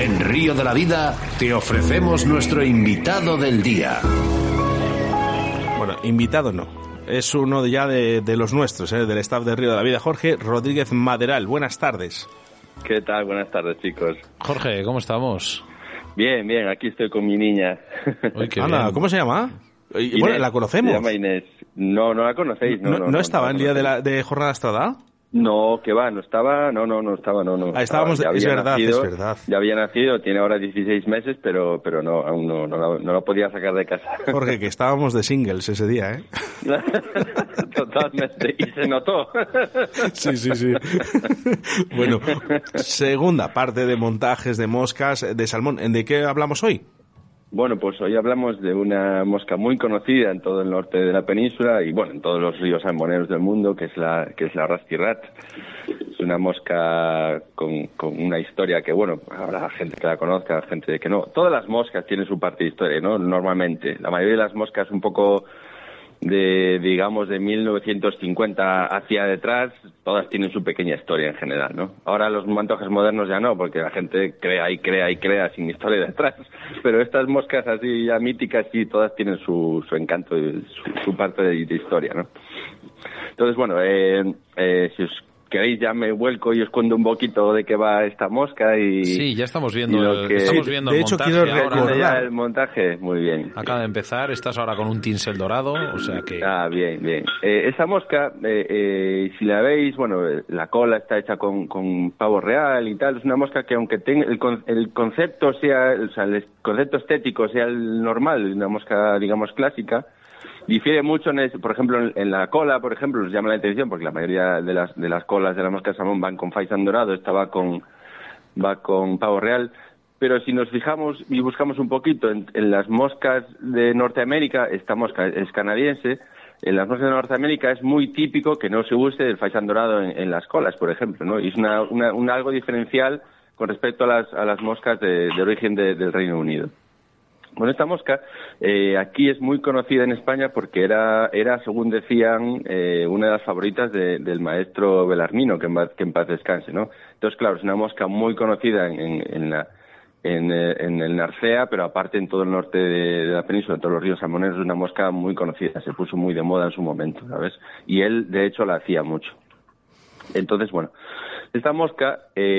En Río de la Vida te ofrecemos nuestro invitado del día. Bueno, invitado no. Es uno ya de los nuestros, del staff de Río de la Vida. Jorge Rodríguez Maderal, buenas tardes. ¿Qué tal? Buenas tardes, chicos. Jorge, ¿cómo estamos? Bien, bien, aquí estoy con mi niña. Uy, qué Anda, bien. ¿cómo se llama? Inés, bueno, ¿la conocemos? Se llama Inés. No la conocéis. ¿No estaba en el día de Jornada Estrada? No, que va, no estaba. No. Ah, estábamos, Ya es había verdad, nacido, es verdad. Ya había nacido, tiene ahora 16 meses, pero no, aún no lo podía sacar de casa. Jorge, que estábamos de singles ese día, ¿eh? Totalmente, y se notó. Sí. Bueno, segunda parte de montajes de moscas de salmón. ¿De qué hablamos hoy? Bueno, pues hoy hablamos de una mosca muy conocida en todo el norte de la península y, bueno, en todos los ríos salmoneros del mundo, que es la Rusty Rat. Es una mosca con una historia que, bueno, habrá gente que la conozca, gente que no. Todas las moscas tienen su parte de historia, ¿no? Normalmente. La mayoría de las moscas un poco de 1950 hacia detrás, todas tienen su pequeña historia en general, ¿no? Ahora los montajes modernos ya no, porque la gente crea sin historia detrás, pero estas moscas así ya míticas sí, todas tienen su encanto y su parte de historia, ¿no? Entonces, bueno, si os queréis ya me vuelco y os cuento un poquito de qué va esta mosca y... Sí, ya estamos viendo de el hecho, montaje quiero ahora. recordar ya el montaje, muy bien. Acaba de empezar, estás ahora con un tinsel dorado, o sea que... Ah, bien. Esa mosca, si la veis, bueno, la cola está hecha con pavo real y tal, es una mosca que aunque tenga el concepto sea, o sea, el concepto estético sea el normal, una mosca, digamos, clásica, difiere mucho, por ejemplo, en la cola, por ejemplo, nos llama la atención porque la mayoría de las colas de la mosca de salmón van con faisán dorado, esta va con pavo real, pero si nos fijamos y buscamos un poquito en las moscas de Norteamérica, esta mosca es canadiense, en las moscas de Norteamérica es muy típico que no se use el faisán dorado en las colas, por ejemplo, ¿no? Y es un algo diferencial con respecto a las moscas de origen del Reino Unido. Bueno, esta mosca aquí es muy conocida en España porque era según decían, una de las favoritas del maestro Belarmino, que en paz descanse, ¿no? Entonces, claro, es una mosca muy conocida en el Narcea, pero aparte en todo el norte de la península, en todos los ríos salmoneros, es una mosca muy conocida, se puso muy de moda en su momento, ¿sabes? Y él, de hecho, la hacía mucho. Entonces, bueno, esta mosca...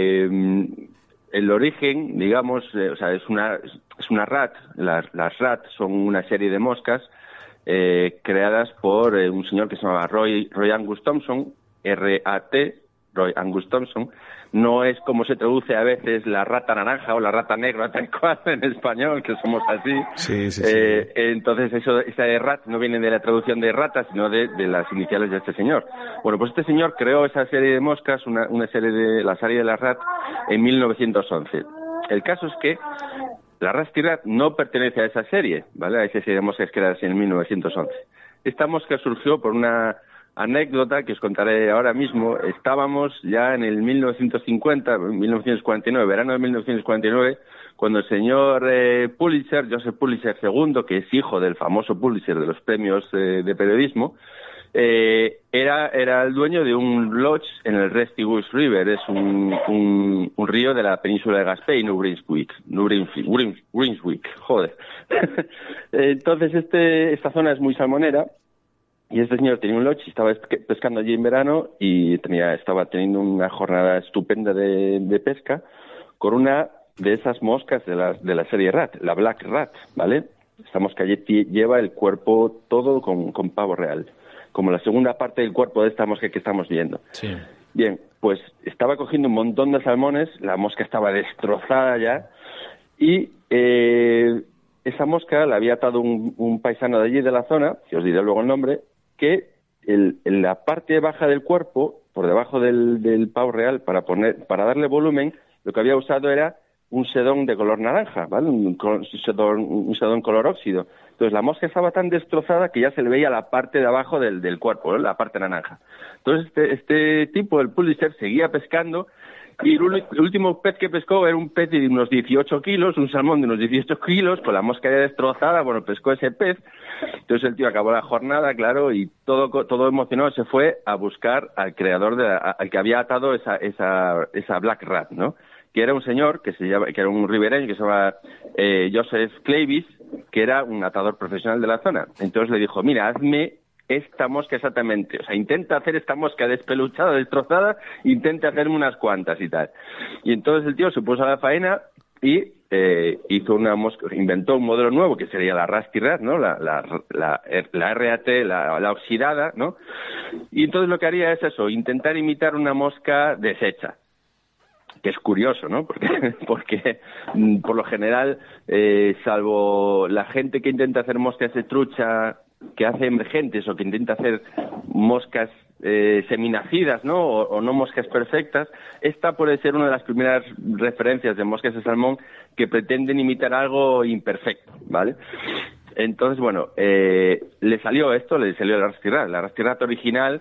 el origen, digamos, o sea, es una rat. Las rat son una serie de moscas creadas por un señor que se llamaba Roy Angus Thompson, R.A.T., Roy Angus Thompson. No es como se traduce a veces la rata naranja o la rata negra, tal cual en español, que somos así. Sí. Entonces, esa de rat no viene de la traducción de rata, sino de las iniciales de este señor. Bueno, pues este señor creó esa serie de moscas, una serie de la serie de la rat, en 1911. El caso es que la Rusty Rat no pertenece a esa serie, ¿vale? A esa serie de moscas creadas en 1911. Esta mosca surgió por una anécdota que os contaré ahora mismo. Estábamos ya en el 1949, verano de 1949, cuando el señor Joseph Pulitzer II, que es hijo del famoso Pulitzer de los premios de periodismo, era el dueño de un lodge en el Restigouche River, es un río de la península de Gaspé y New Brunswick, joder. Entonces esta zona es muy salmonera. Y este señor tenía un lodge y estaba pescando allí en verano y estaba teniendo una jornada estupenda de pesca con una de esas moscas de la serie Rat, la Black Rat, ¿vale? Esta mosca lleva el cuerpo todo con pavo real, como la segunda parte del cuerpo de esta mosca que estamos viendo. Sí. Bien, pues estaba cogiendo un montón de salmones, la mosca estaba destrozada ya y esa mosca la había atado un paisano de allí de la zona, que os diré luego el nombre, que en la parte baja del cuerpo, por debajo del pavo real, para darle volumen, lo que había usado era un sedón de color naranja, ¿vale? Un sedón color óxido. Entonces la mosca estaba tan destrozada que ya se le veía la parte de abajo del cuerpo, ¿no? La parte naranja. Entonces este tipo, el Pulitzer, seguía pescando. Y el último pez que pescó era un pez de unos 18 kilos, un salmón de unos 18 kilos, con la mosca ya destrozada, bueno, pescó ese pez. Entonces el tío acabó la jornada, claro, y todo emocionado se fue a buscar al creador, al que había atado esa Black Rat, ¿no? que era un señor que era un ribereño que se llama Joseph Clavis, que era un atador profesional de la zona. Entonces le dijo, mira, hazme esta mosca exactamente, o sea, intenta hacer esta mosca despeluchada, destrozada, intenta hacerme unas cuantas y tal. Y entonces el tío se puso a la faena y hizo una mosca, inventó un modelo nuevo que sería la Rusty Rat, ¿no? La RAT, la oxidada, ¿no? Y entonces lo que haría es eso, intentar imitar una mosca deshecha, que es curioso, ¿no? Porque por lo general, salvo la gente que intenta hacer moscas de trucha, que hace emergentes o que intenta hacer moscas seminacidas, ¿no? O no moscas perfectas, esta puede ser una de las primeras referencias de moscas de salmón que pretenden imitar algo imperfecto, ¿vale? Entonces, bueno, le salió la Rusty Rat. La Rusty Rat original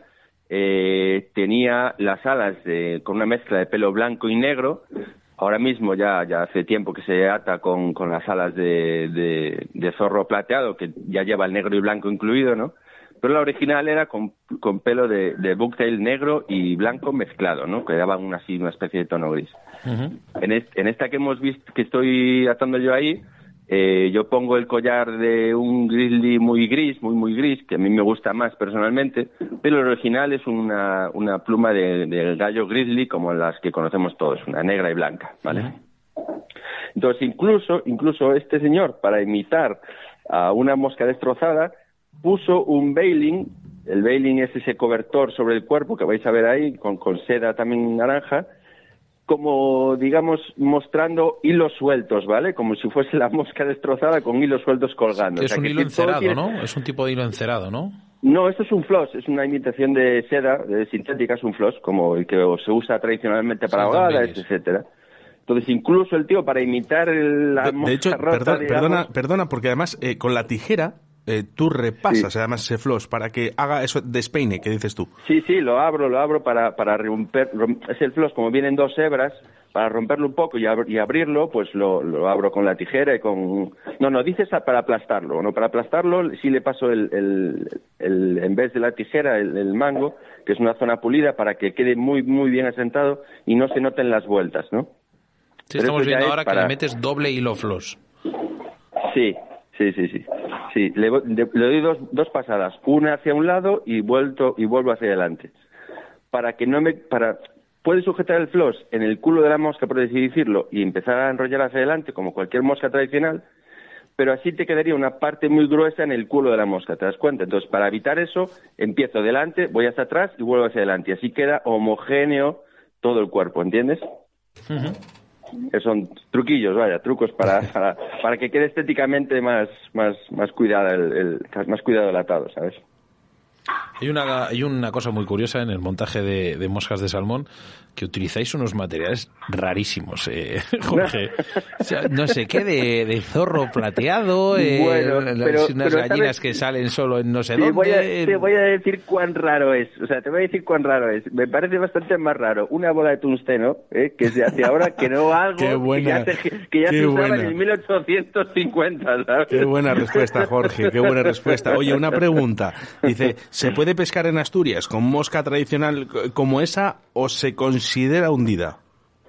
tenía las alas con una mezcla de pelo blanco y negro. Ahora mismo ya hace tiempo que se ata con las alas de zorro plateado, que ya lleva el negro y blanco incluido, ¿no? Pero la original era con pelo de bucktail negro y blanco mezclado, ¿no? Que daban una especie de tono gris. Uh-huh. En esta que hemos visto, que estoy atando yo ahí, yo pongo el collar de un grizzly muy gris, muy gris, que a mí me gusta más personalmente, pero el original es una pluma del gallo grizzly como las que conocemos todos, una negra y blanca, ¿vale? Uh-huh. Entonces, incluso este señor, para imitar a una mosca destrozada, puso un veiling. El veiling es ese cobertor sobre el cuerpo que vais a ver ahí, con seda también naranja, como, digamos, mostrando hilos sueltos, ¿vale? Como si fuese la mosca destrozada con hilos sueltos colgando. Es un hilo encerado, ¿no? Es un tipo de hilo encerado, ¿no? No, esto es un floss, es una imitación de seda sintética, es un floss, como el que se usa tradicionalmente para ahogadas, etcétera. Entonces, incluso el tío, para imitar la mosca de hecho, rota, perdona, porque además, con la tijera, tú repasas además ese floss para que haga eso despeine que dices tú. Sí, lo abro para romper. Es el floss, como vienen dos hebras, para romperlo un poco y abrirlo, pues lo abro con la tijera y con... No, dices para aplastarlo. No, para aplastarlo sí le paso en vez de la tijera, el mango, que es una zona pulida, para que quede muy bien asentado y no se noten las vueltas, ¿no? Sí, estamos viendo ahora que le metes doble hilo floss. Sí. Le doy dos pasadas, una hacia un lado y vuelvo hacia adelante. Puedes sujetar el floss en el culo de la mosca, por así decirlo, y empezar a enrollar hacia adelante como cualquier mosca tradicional, pero así te quedaría una parte muy gruesa en el culo de la mosca, ¿te das cuenta? Entonces, para evitar eso, empiezo delante, voy hacia atrás y vuelvo hacia adelante, y así queda homogéneo todo el cuerpo, ¿entiendes? Uh-huh. Que son truquillos, trucos para que quede estéticamente más cuidado más cuidado el atado, ¿sabes? Hay una cosa muy curiosa en el montaje de moscas de salmón, que utilizáis unos materiales rarísimos, Jorge. O sea, no sé qué, de zorro plateado, unas gallinas que salen solo en no sé dónde. Te voy a decir cuán raro es. Me parece bastante más raro una bola de tungsteno, que se hace ahora, que no algo que ya se usaba en el 1850, ¿sabes? Qué buena respuesta, Jorge, qué buena respuesta. Oye, una pregunta. Dice, ¿se puede pescar en Asturias con mosca tradicional como esa o se considera hundida?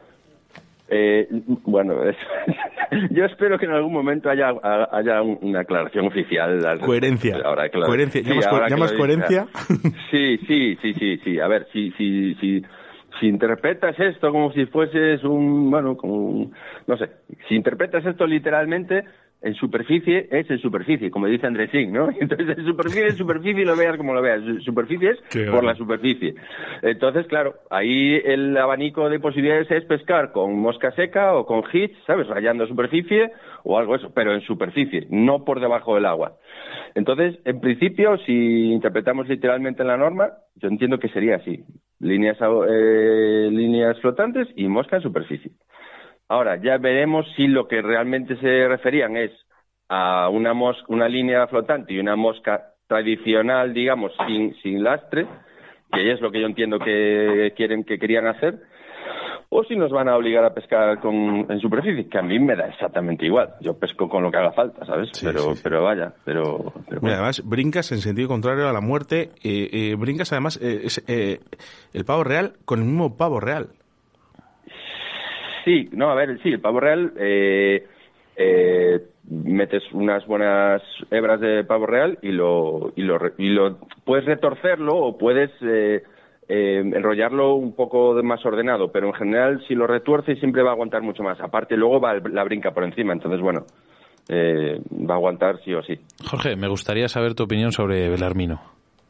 Yo espero que en algún momento haya una aclaración oficial. Coherencia. Ahora, claro. Coherencia. ¿Llamas coherencia? Sí. A ver, si interpretas esto como si fueses no sé, si interpretas esto literalmente, en superficie es en superficie, como dice Andresín, ¿no? Entonces, en superficie lo veas como lo veas. Superficie es por la superficie. Entonces, claro, ahí el abanico de posibilidades es pescar con mosca seca o con hitch, ¿sabes? Rayando superficie o algo eso, pero en superficie, no por debajo del agua. Entonces, en principio, si interpretamos literalmente la norma, yo entiendo que sería así. Líneas flotantes y mosca en superficie. Ahora, ya veremos si lo que realmente se referían es a una línea flotante y una mosca tradicional, digamos, sin lastre, que es lo que yo entiendo que querían hacer, o si nos van a obligar a pescar en superficie, que a mí me da exactamente igual. Yo pesco con lo que haga falta, ¿sabes? Sí. Pero Mira, además, brincas en sentido contrario a la muerte. Brincas, además, el pavo real con el mismo pavo real. Sí, no, a ver, sí, el pavo real, metes unas buenas hebras de pavo real y lo puedes retorcerlo o puedes enrollarlo un poco más ordenado, pero en general si lo retuerces siempre va a aguantar mucho más. Aparte luego va la brinca por encima, entonces bueno, va a aguantar sí o sí. Jorge, me gustaría saber tu opinión sobre Belarmino.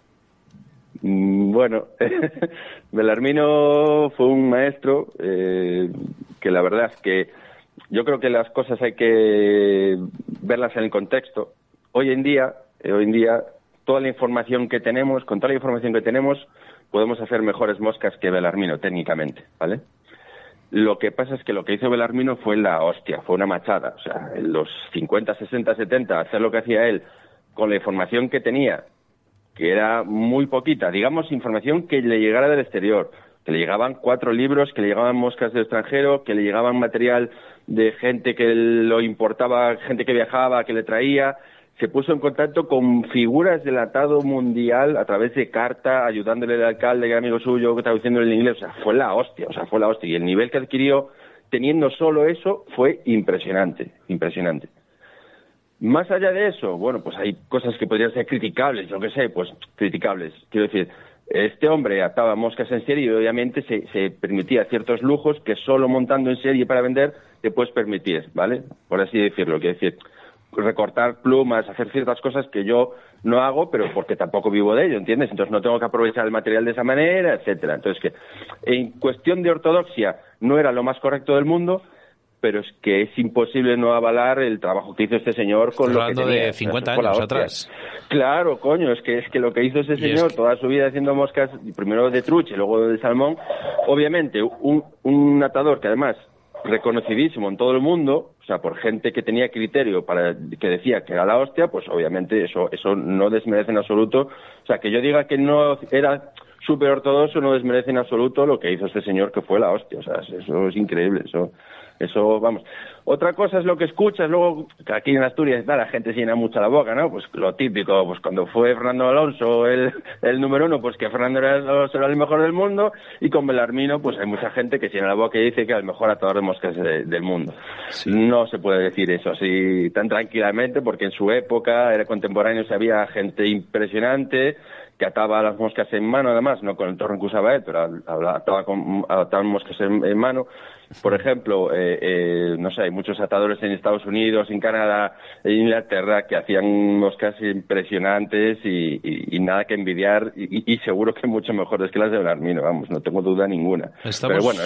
Bueno, Belarmino fue un maestro que la verdad es que yo creo que las cosas hay que verlas en el contexto. Hoy en día, toda la información que tenemos, con toda la información que tenemos, podemos hacer mejores moscas que Belarmino, técnicamente, ¿vale? Lo que pasa es que lo que hizo Belarmino fue la hostia, fue una machada. O sea, en los 50, 60, 70, hacer lo que hacía él con la información que tenía, que era muy poquita, digamos, información que le llegara del exterior, que le llegaban 4 libros, que le llegaban moscas del extranjero, que le llegaban material de gente que lo importaba, gente que viajaba, que le traía. Se puso en contacto con figuras del atado mundial a través de carta, ayudándole al alcalde, que era amigo suyo, traduciéndole en inglés. O sea, fue la hostia. Y el nivel que adquirió teniendo solo eso fue impresionante. Más allá de eso, bueno, pues hay cosas que podrían ser criticables, yo qué sé, pues criticables. Quiero decir, este hombre ataba moscas en serie y obviamente se permitía ciertos lujos que solo montando en serie para vender te puedes permitir, ¿vale? Por así decirlo, quiero decir, recortar plumas, hacer ciertas cosas que yo no hago, pero porque tampoco vivo de ello, ¿entiendes? Entonces no tengo que aprovechar el material de esa manera, etcétera. Entonces que en cuestión de ortodoxia no era lo más correcto del mundo, pero es que es imposible no avalar el trabajo que hizo este señor con lo que tenía. Hablando de 50 años atrás. Claro, coño, es que lo que hizo ese señor toda su vida haciendo moscas, primero de trucha y luego de salmón, obviamente un atador que además reconocidísimo en todo el mundo, o sea, por gente que tenía criterio que decía que era la hostia, pues obviamente eso no desmerece en absoluto. O sea, que yo diga que no era súper ortodoxo no desmerece en absoluto lo que hizo este señor, que fue la hostia. O sea, eso es increíble, eso, vamos. Otra cosa es lo que escuchas luego, que aquí en Asturias la gente se llena mucho la boca, ¿no? Pues lo típico, pues cuando fue Fernando Alonso el número 1, pues que Fernando Alonso era el mejor del mundo, y con Belarmino, pues hay mucha gente que se llena la boca y dice que es el mejor atador de moscas del mundo. Sí. No se puede decir eso así tan tranquilamente, porque en su época, era contemporáneo, había gente impresionante que ataba las moscas en mano, además, no con el torno que usaba él, pero ataba moscas en mano. Por ejemplo, no sé, hay muchos atadores en Estados Unidos, en Canadá, en Inglaterra, que hacían moscas impresionantes y nada que envidiar, y seguro que mucho mejores que las de Belarmino, vamos, no tengo duda ninguna. Pero bueno,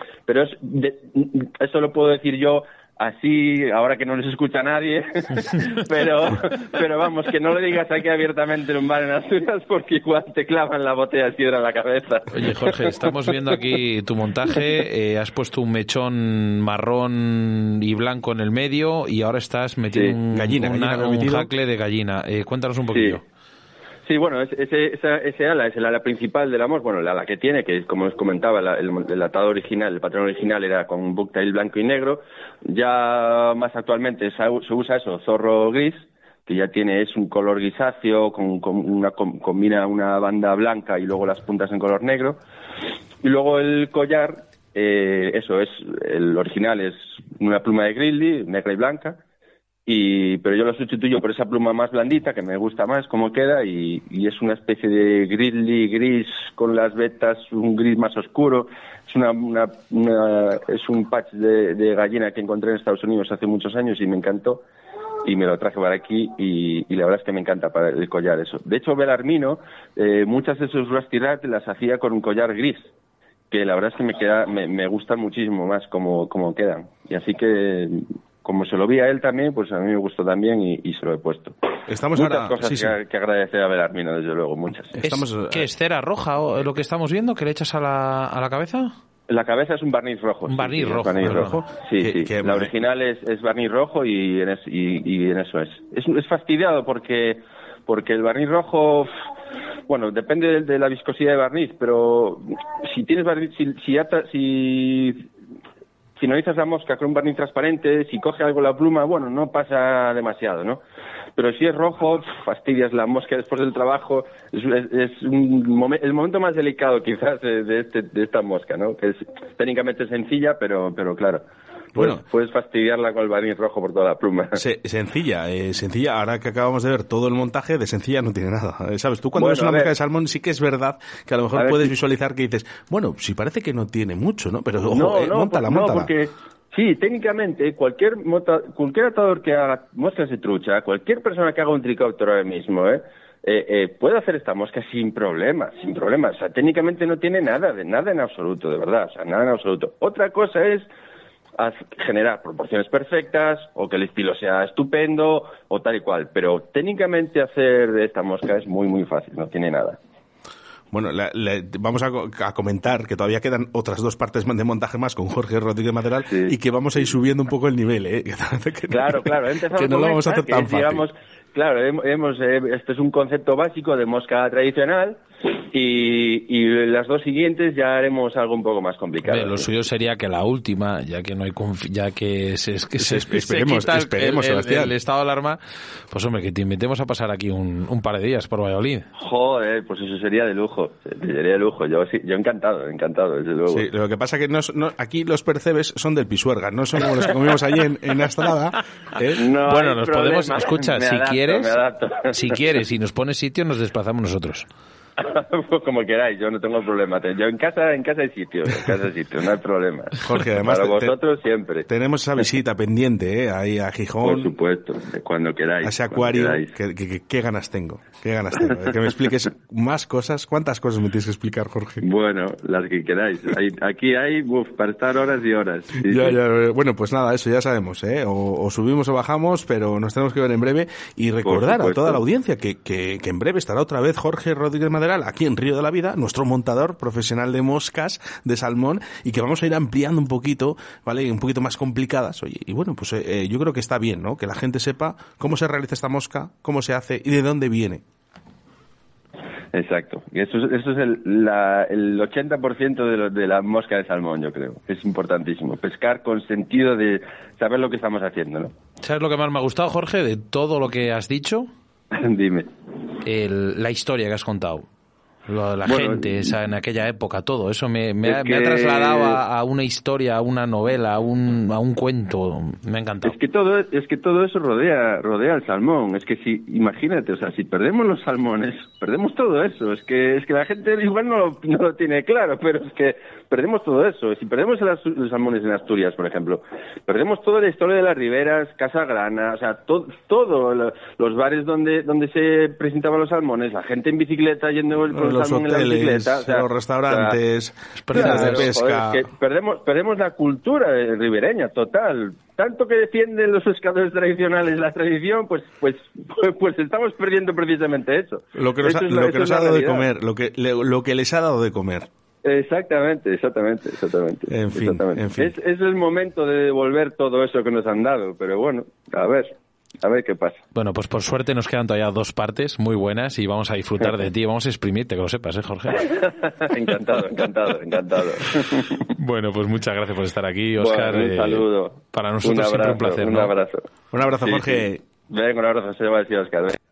eso lo puedo decir yo así, ahora que no les escucha nadie, pero vamos, que no le digas aquí abiertamente en un bar en Asturias, porque igual te clavan la botella de sidra en la cabeza. Oye, Jorge, estamos viendo aquí tu montaje, has puesto un mechón marrón y blanco en el medio y ahora estás metiendo un jacle de gallina. Cuéntanos un poquillo. Sí, bueno, ese ala es el ala principal de la mosca, bueno, el ala que tiene, que como os comentaba, el atado original, el patrón original era con bucktail blanco y negro. Ya más actualmente se usa eso, zorro gris, que ya es un color grisáceo, combina una banda blanca y luego las puntas en color negro. Y luego el collar, el original es una pluma de grizzly, negra y blanca. Pero yo lo sustituyo por esa pluma más blandita, que me gusta más cómo queda, y es una especie de grizzly gris con las vetas, un gris más oscuro. Es un patch de gallina que encontré en Estados Unidos hace muchos años y me encantó, y me lo traje para aquí, y la verdad es que me encanta para el collar eso. De hecho, Belarmino, muchas de sus Rusty Rat las hacía con un collar gris, que la verdad es que me gustan muchísimo más como quedan. Y así que, como se lo vi a él también, pues a mí me gustó también y se lo he puesto. Muchas cosas que agradecer a Belarmino, desde luego, muchas. ¿Qué es cera roja lo que estamos viendo, que le echas a la cabeza? La cabeza es un barniz rojo. Un barniz rojo. Barniz rojo. Sí. La original es barniz rojo y en eso es. Es fastidiado porque el barniz rojo, bueno, depende de la viscosidad de barniz, pero si tienes barniz, si finalizas la mosca con un barniz transparente, si coge algo la pluma, bueno, no pasa demasiado, ¿no? Pero si es rojo, fastidias la mosca después del trabajo, es el momento más delicado quizás de esta mosca, ¿no? Que es técnicamente sencilla, pero claro. Bueno, puedes fastidiarla con el barniz rojo por toda la pluma. Sencilla. Ahora que acabamos de ver todo el montaje, de sencilla no tiene nada. ¿Sabes? Tú cuando ves una mosca de salmón sí que es verdad que a lo mejor puedes visualizar que dices, bueno, sí parece que no tiene mucho, ¿no? Pero ojo, móntala. No, porque sí, técnicamente cualquier atador que haga moscas de trucha, cualquier persona que haga un tricóptero ahora mismo, puede hacer esta mosca sin problema. O sea, técnicamente no tiene nada en absoluto, de verdad. O sea, nada en absoluto. Otra cosa es generar proporciones perfectas o que el estilo sea estupendo o tal y cual, pero técnicamente hacer esta mosca es muy muy fácil, no tiene nada. Bueno, vamos a comentar que todavía quedan otras 2 partes de montaje más con Jorge Rodríguez Maderal y que vamos a ir subiendo un poco el nivel, Claro, empezamos que no lo vamos a hacer tan fácil. Digamos, claro, este es un concepto básico de mosca tradicional y las 2 siguientes ya haremos algo un poco más complicado. Lo suyo sería que la última, ya que no hay esperemos, Sebastián. El estado de alarma, pues hombre, que te invitemos a pasar aquí un par de días por Valladolid. Joder, pues eso sería de lujo. Yo encantado, desde luego. Sí, lo que pasa que aquí los percebes son del Pisuerga, no son como los que comimos allí en Astrada. No bueno, nos podemos, escucha, si quieres y nos pones sitio, nos desplazamos nosotros. Como queráis, yo no tengo problema. Yo en casa hay sitio, no hay problema. Jorge, además para vosotros siempre. Tenemos esa visita pendiente, ahí a Gijón. Por supuesto, cuando queráis. A ese acuario, ¿qué ganas tengo? De que me expliques más cosas. ¿Cuántas cosas me tienes que explicar, Jorge? Bueno, las que queráis. Aquí hay para estar horas y horas. Sí. Bueno, pues nada, eso ya sabemos, o subimos o bajamos, pero nos tenemos que ver en breve y recordar a toda la audiencia que en breve estará otra vez Jorge Rodríguez Maderal aquí en Río de la Vida, nuestro montador profesional de moscas de salmón, y que vamos a ir ampliando un poquito, ¿vale? Un poquito más complicadas. Oye, y bueno, pues yo creo que está bien, ¿no? Que la gente sepa cómo se realiza esta mosca, cómo se hace y de dónde viene. Exacto. Y eso es el 80% de la mosca de salmón, yo creo. Es importantísimo. Pescar con sentido de saber lo que estamos haciendo, ¿no? ¿Sabes lo que más me ha gustado, Jorge, de todo lo que has dicho? Dime. La historia que has contado. La gente, en aquella época, todo eso me ha trasladado a una historia, a una novela, a un cuento. Me ha encantado. Es que todo eso rodea el salmón. Es que imagínate, o sea, si perdemos los salmones, perdemos todo eso. Es que la gente igual no lo tiene claro, pero es que perdemos todo eso. Si perdemos los salmones en Asturias, por ejemplo, perdemos toda la historia de las riberas, Casa Grana, o sea, todo los bares donde se presentaban los salmones, la gente en bicicleta yendo por los hoteles, los restaurantes, plazas de pesca. Joder, es que perdemos la cultura ribereña, total. Tanto que defienden los pescadores tradicionales la tradición, pues estamos perdiendo precisamente eso. Lo que nos ha dado de comer, lo que les ha dado de comer. Exactamente. En fin. Es el momento de devolver todo eso que nos han dado, pero bueno, a ver qué pasa. Bueno, pues por suerte nos quedan todavía 2 partes muy buenas y vamos a disfrutar de ti, vamos a exprimirte, que lo sepas, Jorge. Encantado. Bueno, pues muchas gracias por estar aquí, Óscar. Bueno, un saludo. Para nosotros siempre un placer, ¿no? Un abrazo. Un abrazo, Jorge. Sí. Venga, un abrazo, Óscar.